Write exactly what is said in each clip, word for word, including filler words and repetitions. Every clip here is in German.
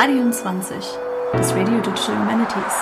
Radium zwanzig, das Radio Digital Humanities.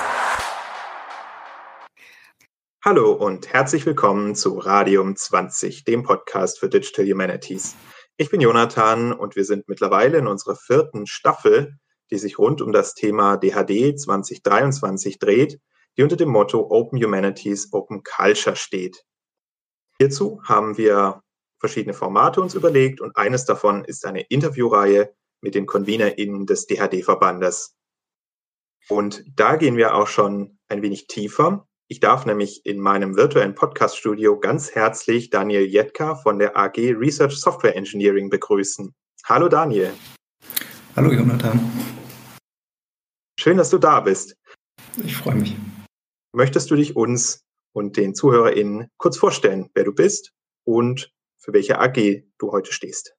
Hallo und herzlich willkommen zu Radium zwanzig, dem Podcast für Digital Humanities. Ich bin Jonathan und wir sind mittlerweile in unserer vierten Staffel, die sich rund um das Thema D H D zwanzig dreiundzwanzig dreht, die unter dem Motto Open Humanities, Open Culture steht. Hierzu haben wir verschiedene Formate uns überlegt und eines davon ist eine Interviewreihe mit den ConvenerInnen des D H D-Verbandes. Und da gehen wir auch schon ein wenig tiefer. Ich darf nämlich in meinem virtuellen Podcast-Studio ganz herzlich Daniel Jedka von der A G Research Software Engineering begrüßen. Hallo Daniel. Hallo Jonathan. Schön, dass du da bist. Ich freue mich. Möchtest du dich uns und den ZuhörerInnen kurz vorstellen, wer du bist und für welche A G du heute stehst?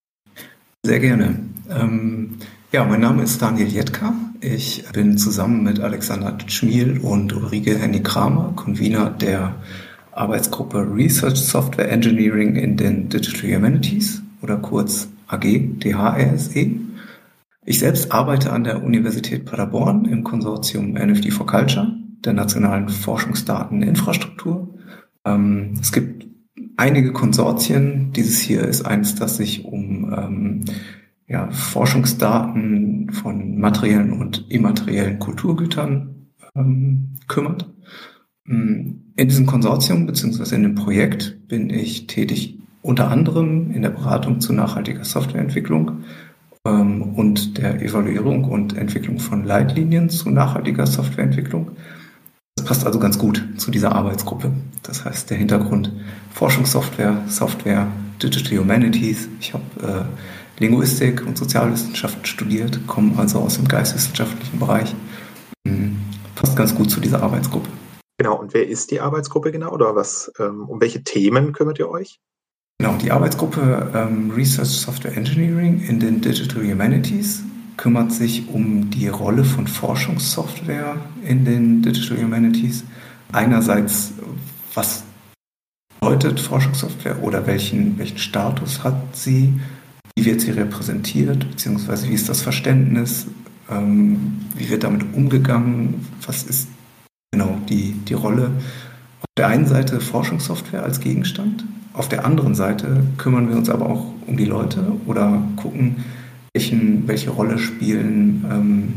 Sehr gerne. Ähm, ja, mein Name ist Daniel Jedka. Ich bin zusammen mit Alexander Schmiel und Ulrike Hennig-Kramer Convener der Arbeitsgruppe Research Software Engineering in den Digital Humanities oder kurz A G D H R S E. Ich selbst arbeite an der Universität Paderborn im Konsortium N F D for Culture, der nationalen Forschungsdateninfrastruktur. Ähm, es gibt einige Konsortien. Dieses hier ist eins, das sich um ähm, ja, Forschungsdaten von materiellen und immateriellen Kulturgütern ähm, kümmert. In diesem Konsortium bzw. in dem Projekt bin ich tätig unter anderem in der Beratung zu nachhaltiger Softwareentwicklung ähm, und der Evaluierung und Entwicklung von Leitlinien zu nachhaltiger Softwareentwicklung. Das passt also ganz gut zu dieser Arbeitsgruppe. Das heißt, der Hintergrund Forschungssoftware, Software, Digital Humanities. Ich habe äh, Linguistik und Sozialwissenschaften studiert, komme also aus dem geisteswissenschaftlichen Bereich. Hm, passt ganz gut zu dieser Arbeitsgruppe. Genau, und wer ist die Arbeitsgruppe genau oder was, ähm, um welche Themen kümmert ihr euch? Genau, die Arbeitsgruppe ähm, Research Software Engineering in den Digital Humanities kümmert sich um die Rolle von Forschungssoftware in den Digital Humanities. Einerseits, was bedeutet Forschungssoftware oder welchen, welchen Status hat sie, wie wird sie repräsentiert, beziehungsweise wie ist das Verständnis, ähm, wie wird damit umgegangen, was ist genau die, die Rolle. Auf der einen Seite Forschungssoftware als Gegenstand, auf der anderen Seite kümmern wir uns aber auch um die Leute oder gucken, welchen, welche Rolle spielen ähm,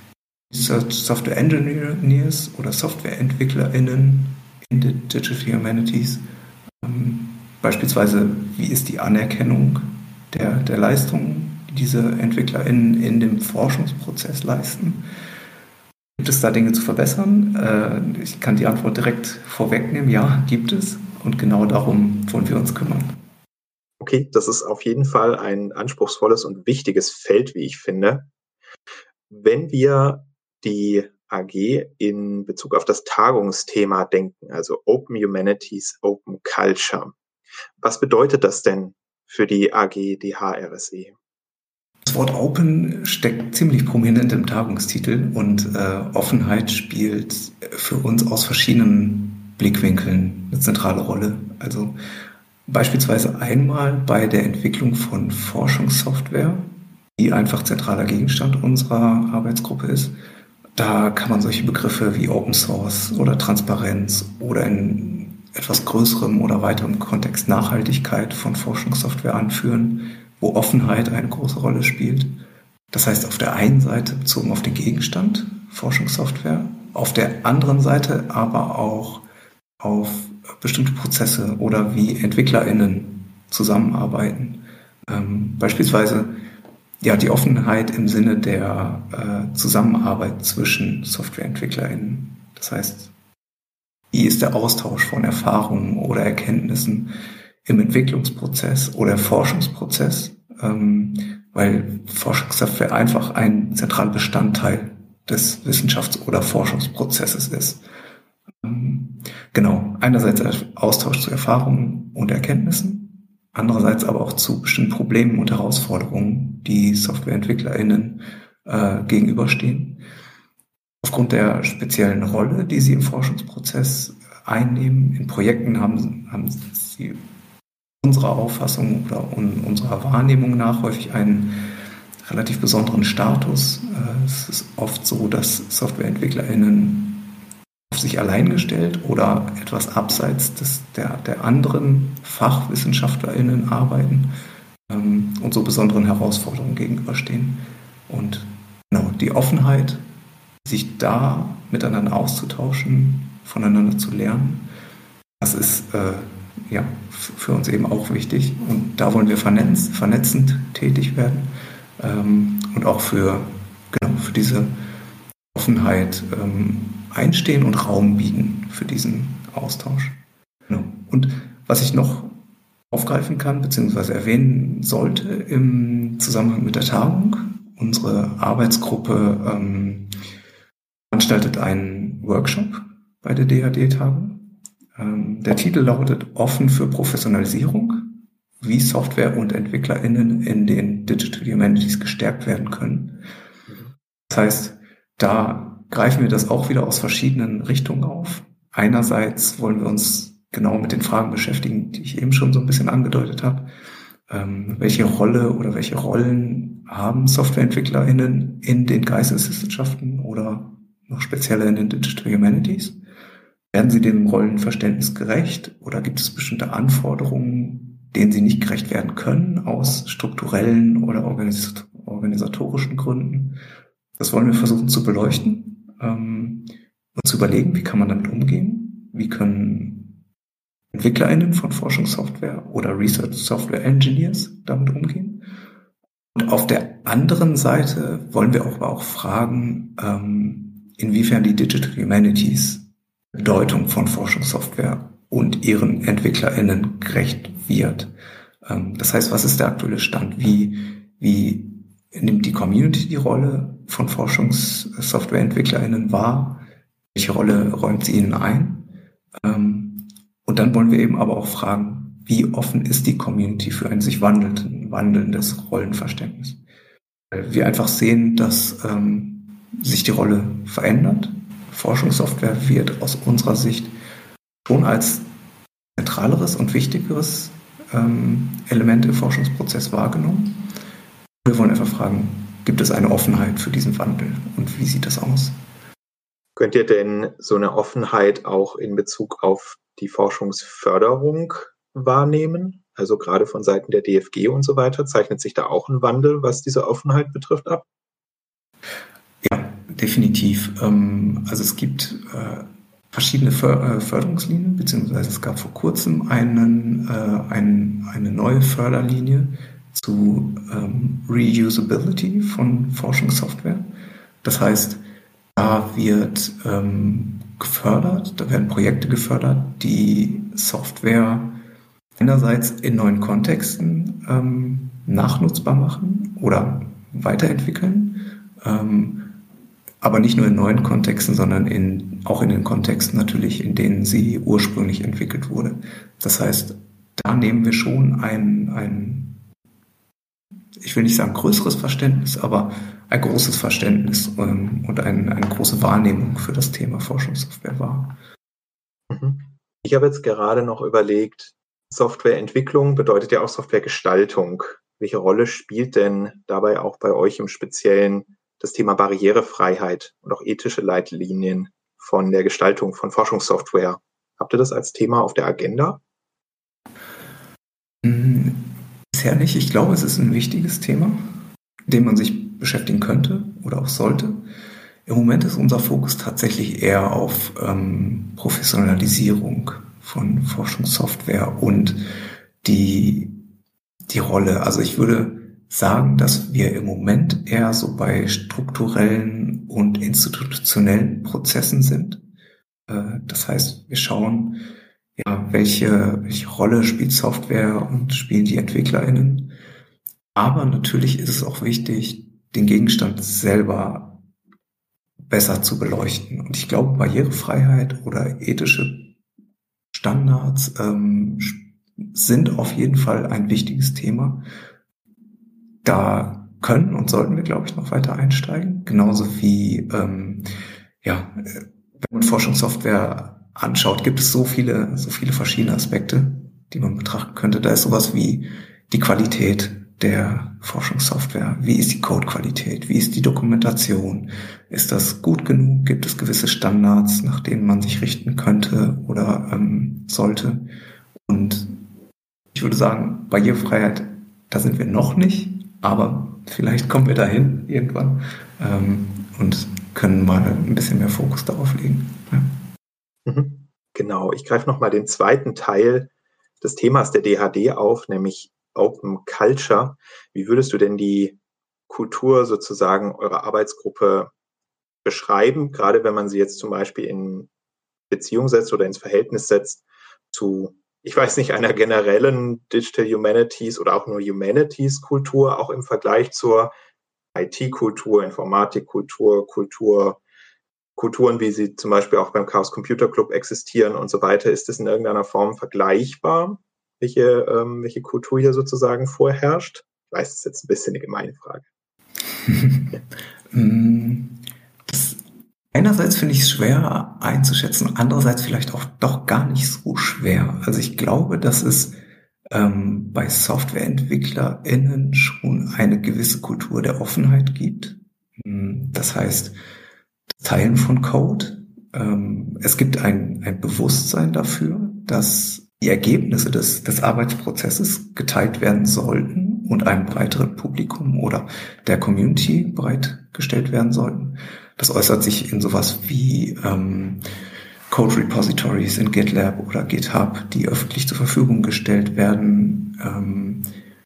Software Engineers oder SoftwareentwicklerInnen in den Digital Humanities. Ähm, beispielsweise, wie ist die Anerkennung der, der Leistungen, die diese EntwicklerInnen in dem Forschungsprozess leisten? Gibt es da Dinge zu verbessern? Äh, ich kann die Antwort direkt vorwegnehmen. Ja, gibt es. Und genau darum wollen wir uns kümmern. Okay, das ist auf jeden Fall ein anspruchsvolles und wichtiges Feld, wie ich finde. Wenn wir die A G in Bezug auf das Tagungsthema denken, also Open Humanities, Open Culture, was bedeutet das denn für die A G D H R S E? Das Wort Open steckt ziemlich prominent im Tagungstitel und äh, Offenheit spielt für uns aus verschiedenen Blickwinkeln eine zentrale Rolle. Also beispielsweise einmal bei der Entwicklung von Forschungssoftware, die einfach zentraler Gegenstand unserer Arbeitsgruppe ist. Da kann man solche Begriffe wie Open Source oder Transparenz oder in etwas größerem oder weiterem Kontext Nachhaltigkeit von Forschungssoftware anführen, wo Offenheit eine große Rolle spielt. Das heißt, auf der einen Seite bezogen auf den Gegenstand Forschungssoftware, auf der anderen Seite aber auch auf bestimmte Prozesse oder wie EntwicklerInnen zusammenarbeiten. Ähm, beispielsweise ja, die Offenheit im Sinne der äh, Zusammenarbeit zwischen SoftwareentwicklerInnen. Das heißt, wie ist der Austausch von Erfahrungen oder Erkenntnissen im Entwicklungsprozess oder Forschungsprozess, ähm, weil Forschungssoftware einfach ein zentraler Bestandteil des Wissenschafts- oder Forschungsprozesses ist. Ähm, genau, einerseits Austausch zu Erfahrungen und Erkenntnissen, andererseits aber auch zu bestimmten Problemen und Herausforderungen, die SoftwareentwicklerInnen äh, gegenüberstehen. Aufgrund der speziellen Rolle, die sie im Forschungsprozess einnehmen, in Projekten haben, haben sie unserer Auffassung oder unserer Wahrnehmung nach häufig einen relativ besonderen Status. Äh, es ist oft so, dass SoftwareentwicklerInnen auf sich allein gestellt oder etwas abseits des, der, der anderen FachwissenschaftlerInnen arbeiten ähm, und so besonderen Herausforderungen gegenüberstehen. Und genau, die Offenheit, sich da miteinander auszutauschen, voneinander zu lernen, das ist äh, ja, für uns eben auch wichtig. Und da wollen wir vernetz, vernetzend tätig werden ähm, und auch für, genau, für diese Offenheit ähm, einstehen und Raum bieten für diesen Austausch. Genau. Und was ich noch aufgreifen kann, beziehungsweise erwähnen sollte im Zusammenhang mit der Tagung, unsere Arbeitsgruppe ähm, veranstaltet einen Workshop bei der D H D-Tagung. Ähm, der Titel lautet Offen für Professionalisierung, wie Software- und EntwicklerInnen in den Digital Humanities gestärkt werden können. Das heißt, da greifen wir das auch wieder aus verschiedenen Richtungen auf. Einerseits wollen wir uns genau mit den Fragen beschäftigen, die ich eben schon so ein bisschen angedeutet habe. Ähm, welche Rolle oder welche Rollen haben SoftwareentwicklerInnen in den Geisteswissenschaften oder noch spezieller in den Digital Humanities? Werden sie dem Rollenverständnis gerecht oder gibt es bestimmte Anforderungen, denen sie nicht gerecht werden können aus strukturellen oder organis- organisatorischen Gründen? Das wollen wir versuchen zu beleuchten ähm, und zu überlegen, wie kann man damit umgehen? Wie können EntwicklerInnen von Forschungssoftware oder Research Software Engineers damit umgehen? Und auf der anderen Seite wollen wir auch, auch fragen, ähm, inwiefern die Digital Humanities Bedeutung von Forschungssoftware und ihren EntwicklerInnen gerecht wird. Ähm, das heißt, was ist der aktuelle Stand? Wie, wie nimmt die Community die Rolle von ForschungssoftwareentwicklerInnen wahr? Welche Rolle räumt sie ihnen ein? Ähm, und dann wollen wir eben aber auch fragen, wie offen ist die Community für ein sich wandelnden, wandelndes Rollenverständnis? Weil wir einfach sehen, dass ähm, sich die Rolle verändert. Forschungssoftware wird aus unserer Sicht schon als zentraleres und wichtigeres ähm, Element im Forschungsprozess wahrgenommen. Wir wollen einfach fragen, gibt es eine Offenheit für diesen Wandel und wie sieht das aus? Könnt ihr denn so eine Offenheit auch in Bezug auf die Forschungsförderung wahrnehmen? Also gerade von Seiten der D F G und so weiter, zeichnet sich da auch ein Wandel, was diese Offenheit betrifft, ab? Ja, definitiv. Also es gibt verschiedene Förderungslinien, beziehungsweise es gab vor kurzem einen, ein, eine neue Förderlinie zu Reusability von Forschungssoftware. Das heißt, da wird gefördert, da werden Projekte gefördert, die Software einerseits in neuen Kontexten ähm, nachnutzbar machen oder weiterentwickeln, ähm, aber nicht nur in neuen Kontexten, sondern in, auch in den Kontexten natürlich, in denen sie ursprünglich entwickelt wurde. Das heißt, da nehmen wir schon ein, ein, ich will nicht sagen größeres Verständnis, aber ein großes Verständnis ähm, und ein, eine große Wahrnehmung für das Thema Forschungssoftware wahr. Ich habe jetzt gerade noch überlegt, Softwareentwicklung bedeutet ja auch Softwaregestaltung. Welche Rolle spielt denn dabei auch bei euch im Speziellen das Thema Barrierefreiheit und auch ethische Leitlinien von der Gestaltung von Forschungssoftware? Habt ihr das als Thema auf der Agenda? Bisher nicht. Ich glaube, es ist ein wichtiges Thema, mit dem man sich beschäftigen könnte oder auch sollte. Im Moment ist unser Fokus tatsächlich eher auf ähm, Professionalisierung von Forschungssoftware und die, die Rolle. Also ich würde sagen, dass wir im Moment eher so bei strukturellen und institutionellen Prozessen sind. Äh, das heißt, wir schauen, ja, welche, welche Rolle spielt Software und spielen die EntwicklerInnen. Aber natürlich ist es auch wichtig, den Gegenstand selber besser zu beleuchten. Und ich glaube, Barrierefreiheit oder ethische Standards ähm, sind auf jeden Fall ein wichtiges Thema. Da können und sollten wir, glaube ich, noch weiter einsteigen. Genauso wie, ähm, ja, wenn man Forschungssoftware anschaut, gibt es so viele, so viele verschiedene Aspekte, die man betrachten könnte. Da ist sowas wie die Qualität der Forschungssoftware? Wie ist die Codequalität? Wie ist die Dokumentation? Ist das gut genug? Gibt es gewisse Standards, nach denen man sich richten könnte oder ähm, sollte? Und ich würde sagen, Barrierefreiheit, da sind wir noch nicht, aber vielleicht kommen wir dahin irgendwann ähm, und können mal ein bisschen mehr Fokus darauf legen. Ja. Mhm. Genau, ich greife nochmal den zweiten Teil des Themas der D H D auf, nämlich Open Culture. Wie würdest du denn die Kultur sozusagen eurer Arbeitsgruppe beschreiben, gerade wenn man sie jetzt zum Beispiel in Beziehung setzt oder ins Verhältnis setzt zu, ich weiß nicht, einer generellen Digital Humanities oder auch nur Humanities-Kultur, auch im Vergleich zur I T-Kultur, Informatikkultur, Kultur, Kulturen, wie sie zum Beispiel auch beim Chaos Computer Club existieren und so weiter. Ist das in irgendeiner Form vergleichbar, welche, ähm, welche Kultur hier sozusagen vorherrscht? Ich weiß, das ist jetzt ein bisschen eine gemeine Frage. Das, einerseits finde ich es schwer einzuschätzen, andererseits vielleicht auch doch gar nicht so schwer. Also ich glaube, dass es ähm, bei SoftwareentwicklerInnen schon eine gewisse Kultur der Offenheit gibt. Das heißt, das Teilen von Code. Ähm, es gibt ein, ein Bewusstsein dafür, dass die Ergebnisse des, des Arbeitsprozesses geteilt werden sollten und einem breiteren Publikum oder der Community bereitgestellt werden sollten. Das äußert sich in sowas wie ähm, Code Repositories in GitLab oder GitHub, die öffentlich zur Verfügung gestellt werden, ähm,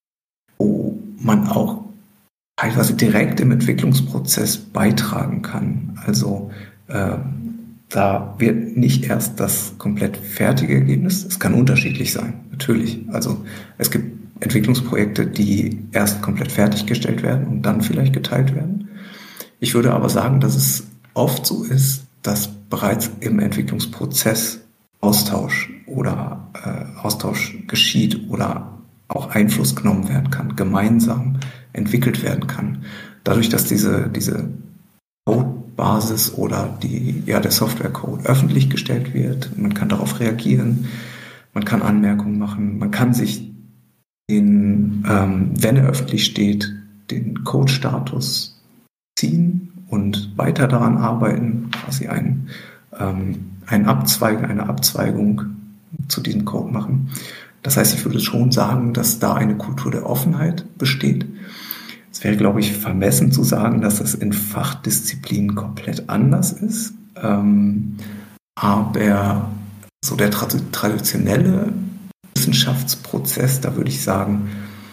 wo man auch teilweise direkt im Entwicklungsprozess beitragen kann. Also äh, da wird nicht erst das komplett fertige Ergebnis, es kann unterschiedlich sein, natürlich. Also es gibt Entwicklungsprojekte, die erst komplett fertiggestellt werden und dann vielleicht geteilt werden. Ich würde aber sagen, dass es oft so ist, dass bereits im Entwicklungsprozess Austausch oder äh, Austausch geschieht oder auch Einfluss genommen werden kann, gemeinsam entwickelt werden kann. Dadurch, dass diese, diese Codebasis oder die, ja, der Softwarecode öffentlich gestellt wird, man kann darauf reagieren, man kann Anmerkungen machen, man kann sich den, ähm, wenn er öffentlich steht, den Code-Status ziehen und weiter daran arbeiten, quasi ein, ähm, ein Abzweigen, eine Abzweigung zu diesem Code machen. Das heißt, ich würde schon sagen, dass da eine Kultur der Offenheit besteht. Es wäre, glaube ich, vermessen zu sagen, dass das in Fachdisziplinen komplett anders ist. Ähm, aber so der tra- traditionelle Wissenschaftsprozess, da würde ich sagen,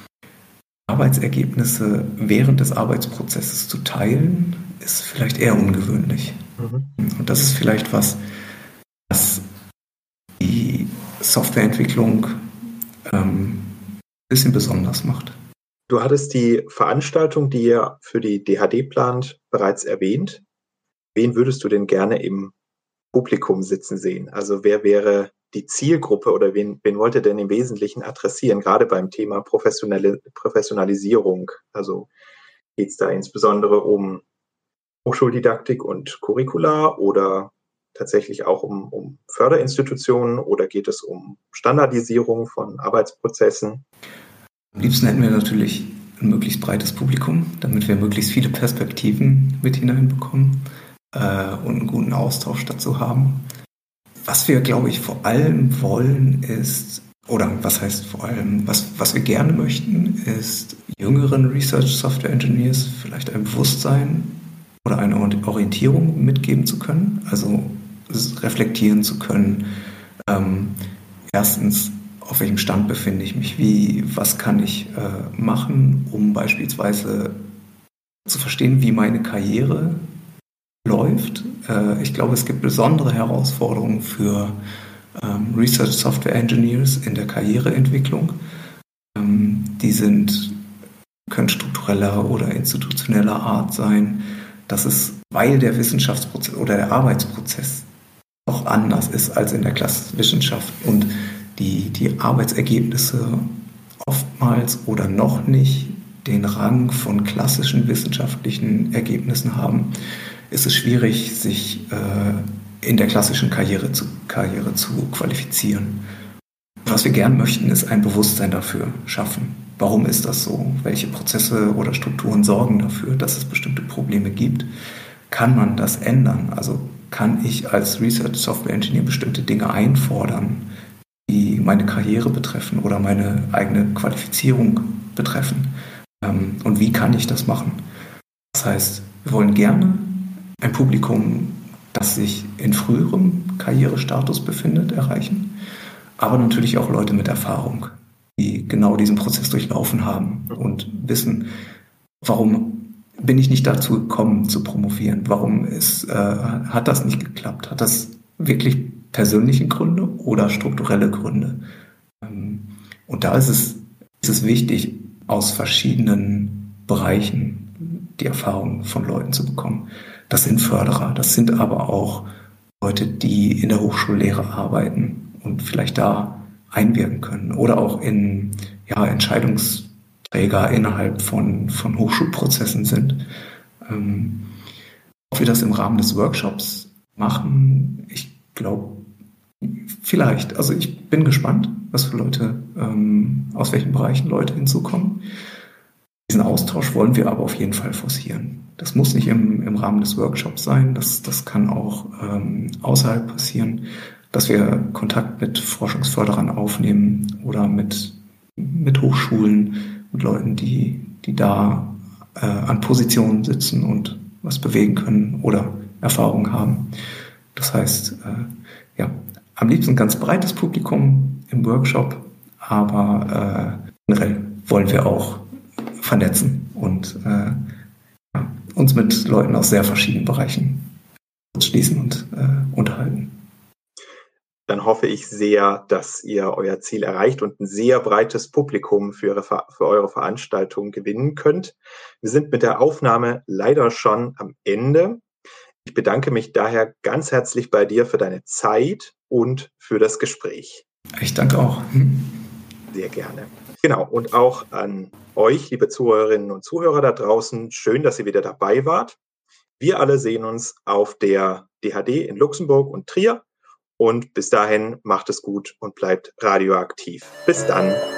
Arbeitsergebnisse während des Arbeitsprozesses zu teilen, ist vielleicht eher ungewöhnlich. Mhm. Und das ist vielleicht was, was die Softwareentwicklung ähm, ein bisschen besonders macht. Du hattest die Veranstaltung, die ihr für die D H D plant, bereits erwähnt. Wen würdest du denn gerne im Publikum sitzen sehen? Also wer wäre die Zielgruppe oder wen, wen wollt ihr denn im Wesentlichen adressieren, gerade beim Thema professionelle Professionalisierung? Also geht es da insbesondere um Hochschuldidaktik und Curricula oder tatsächlich auch um, um Förderinstitutionen oder geht es um Standardisierung von Arbeitsprozessen? Am liebsten hätten wir natürlich ein möglichst breites Publikum, damit wir möglichst viele Perspektiven mit hineinbekommen äh, und einen guten Austausch dazu haben. Was wir, glaube ich, vor allem wollen ist, oder was heißt vor allem, was, was wir gerne möchten, ist jüngeren Research Software Engineers vielleicht ein Bewusstsein oder eine Orientierung mitgeben zu können, also reflektieren zu können. Ähm, erstens, auf welchem Stand befinde ich mich, wie, was kann ich äh, machen, um beispielsweise zu verstehen, wie meine Karriere läuft. Äh, ich glaube, es gibt besondere Herausforderungen für ähm, Research Software Engineers in der Karriereentwicklung. Ähm, die sind, können struktureller oder institutioneller Art sein. Das ist, weil der Wissenschaftsprozess oder der Arbeitsprozess doch anders ist als in der klassischen Wissenschaft und die, die Arbeitsergebnisse oftmals oder noch nicht den Rang von klassischen wissenschaftlichen Ergebnissen haben, ist es schwierig, sich äh, in der klassischen Karriere zu, Karriere zu qualifizieren. Was wir gern möchten, ist ein Bewusstsein dafür schaffen. warum ist das so? Welche Prozesse oder Strukturen sorgen dafür, dass es bestimmte Probleme gibt? Kann man das ändern? Also kann ich als Research Software Engineer bestimmte Dinge einfordern, die meine Karriere betreffen oder meine eigene Qualifizierung betreffen? Und wie kann ich das machen? Das heißt, wir wollen gerne ein Publikum, das sich in früherem Karrierestatus befindet, erreichen, aber natürlich auch Leute mit Erfahrung, die genau diesen Prozess durchlaufen haben und wissen, warum bin ich nicht dazu gekommen zu promovieren, warum ist, äh, hat das nicht geklappt, hat das wirklich persönliche Gründe oder strukturelle Gründe? Ähm, und da ist es, ist es wichtig, aus verschiedenen Bereichen die Erfahrung von Leuten zu bekommen. Das sind Förderer, das sind aber auch Leute, die in der Hochschullehre arbeiten und vielleicht da einwirken können oder auch in ja, Entscheidungsträger innerhalb von, von Hochschulprozessen sind. Ähm, ob wir das im Rahmen des Workshops machen, ich glaube, vielleicht. Also ich bin gespannt, was für Leute, ähm, aus welchen Bereichen Leute hinzukommen. Diesen Austausch wollen wir aber auf jeden Fall forcieren. Das muss nicht im, im Rahmen des Workshops sein, das, das kann auch ähm, außerhalb passieren, dass wir Kontakt mit Forschungsförderern aufnehmen oder mit, mit Hochschulen, mit Leuten, die, die da äh, an Positionen sitzen und was bewegen können oder Erfahrung haben. Das heißt, äh, ja, am liebsten ganz breites Publikum im Workshop, aber äh, generell wollen wir auch vernetzen und äh, ja, uns mit Leuten aus sehr verschiedenen Bereichen schließen und äh, unterhalten. Dann hoffe ich sehr, dass ihr euer Ziel erreicht und ein sehr breites Publikum für, eure, für eure Veranstaltung gewinnen könnt. Wir sind mit der Aufnahme leider schon am Ende. Ich bedanke mich daher ganz herzlich bei dir für deine Zeit und für das Gespräch. Ich danke auch. Sehr gerne. Genau, und auch an euch, liebe Zuhörerinnen und Zuhörer da draußen, schön, dass ihr wieder dabei wart. Wir alle sehen uns auf der D H D in Luxemburg und Trier. Und bis dahin macht es gut und bleibt radioaktiv. Bis dann.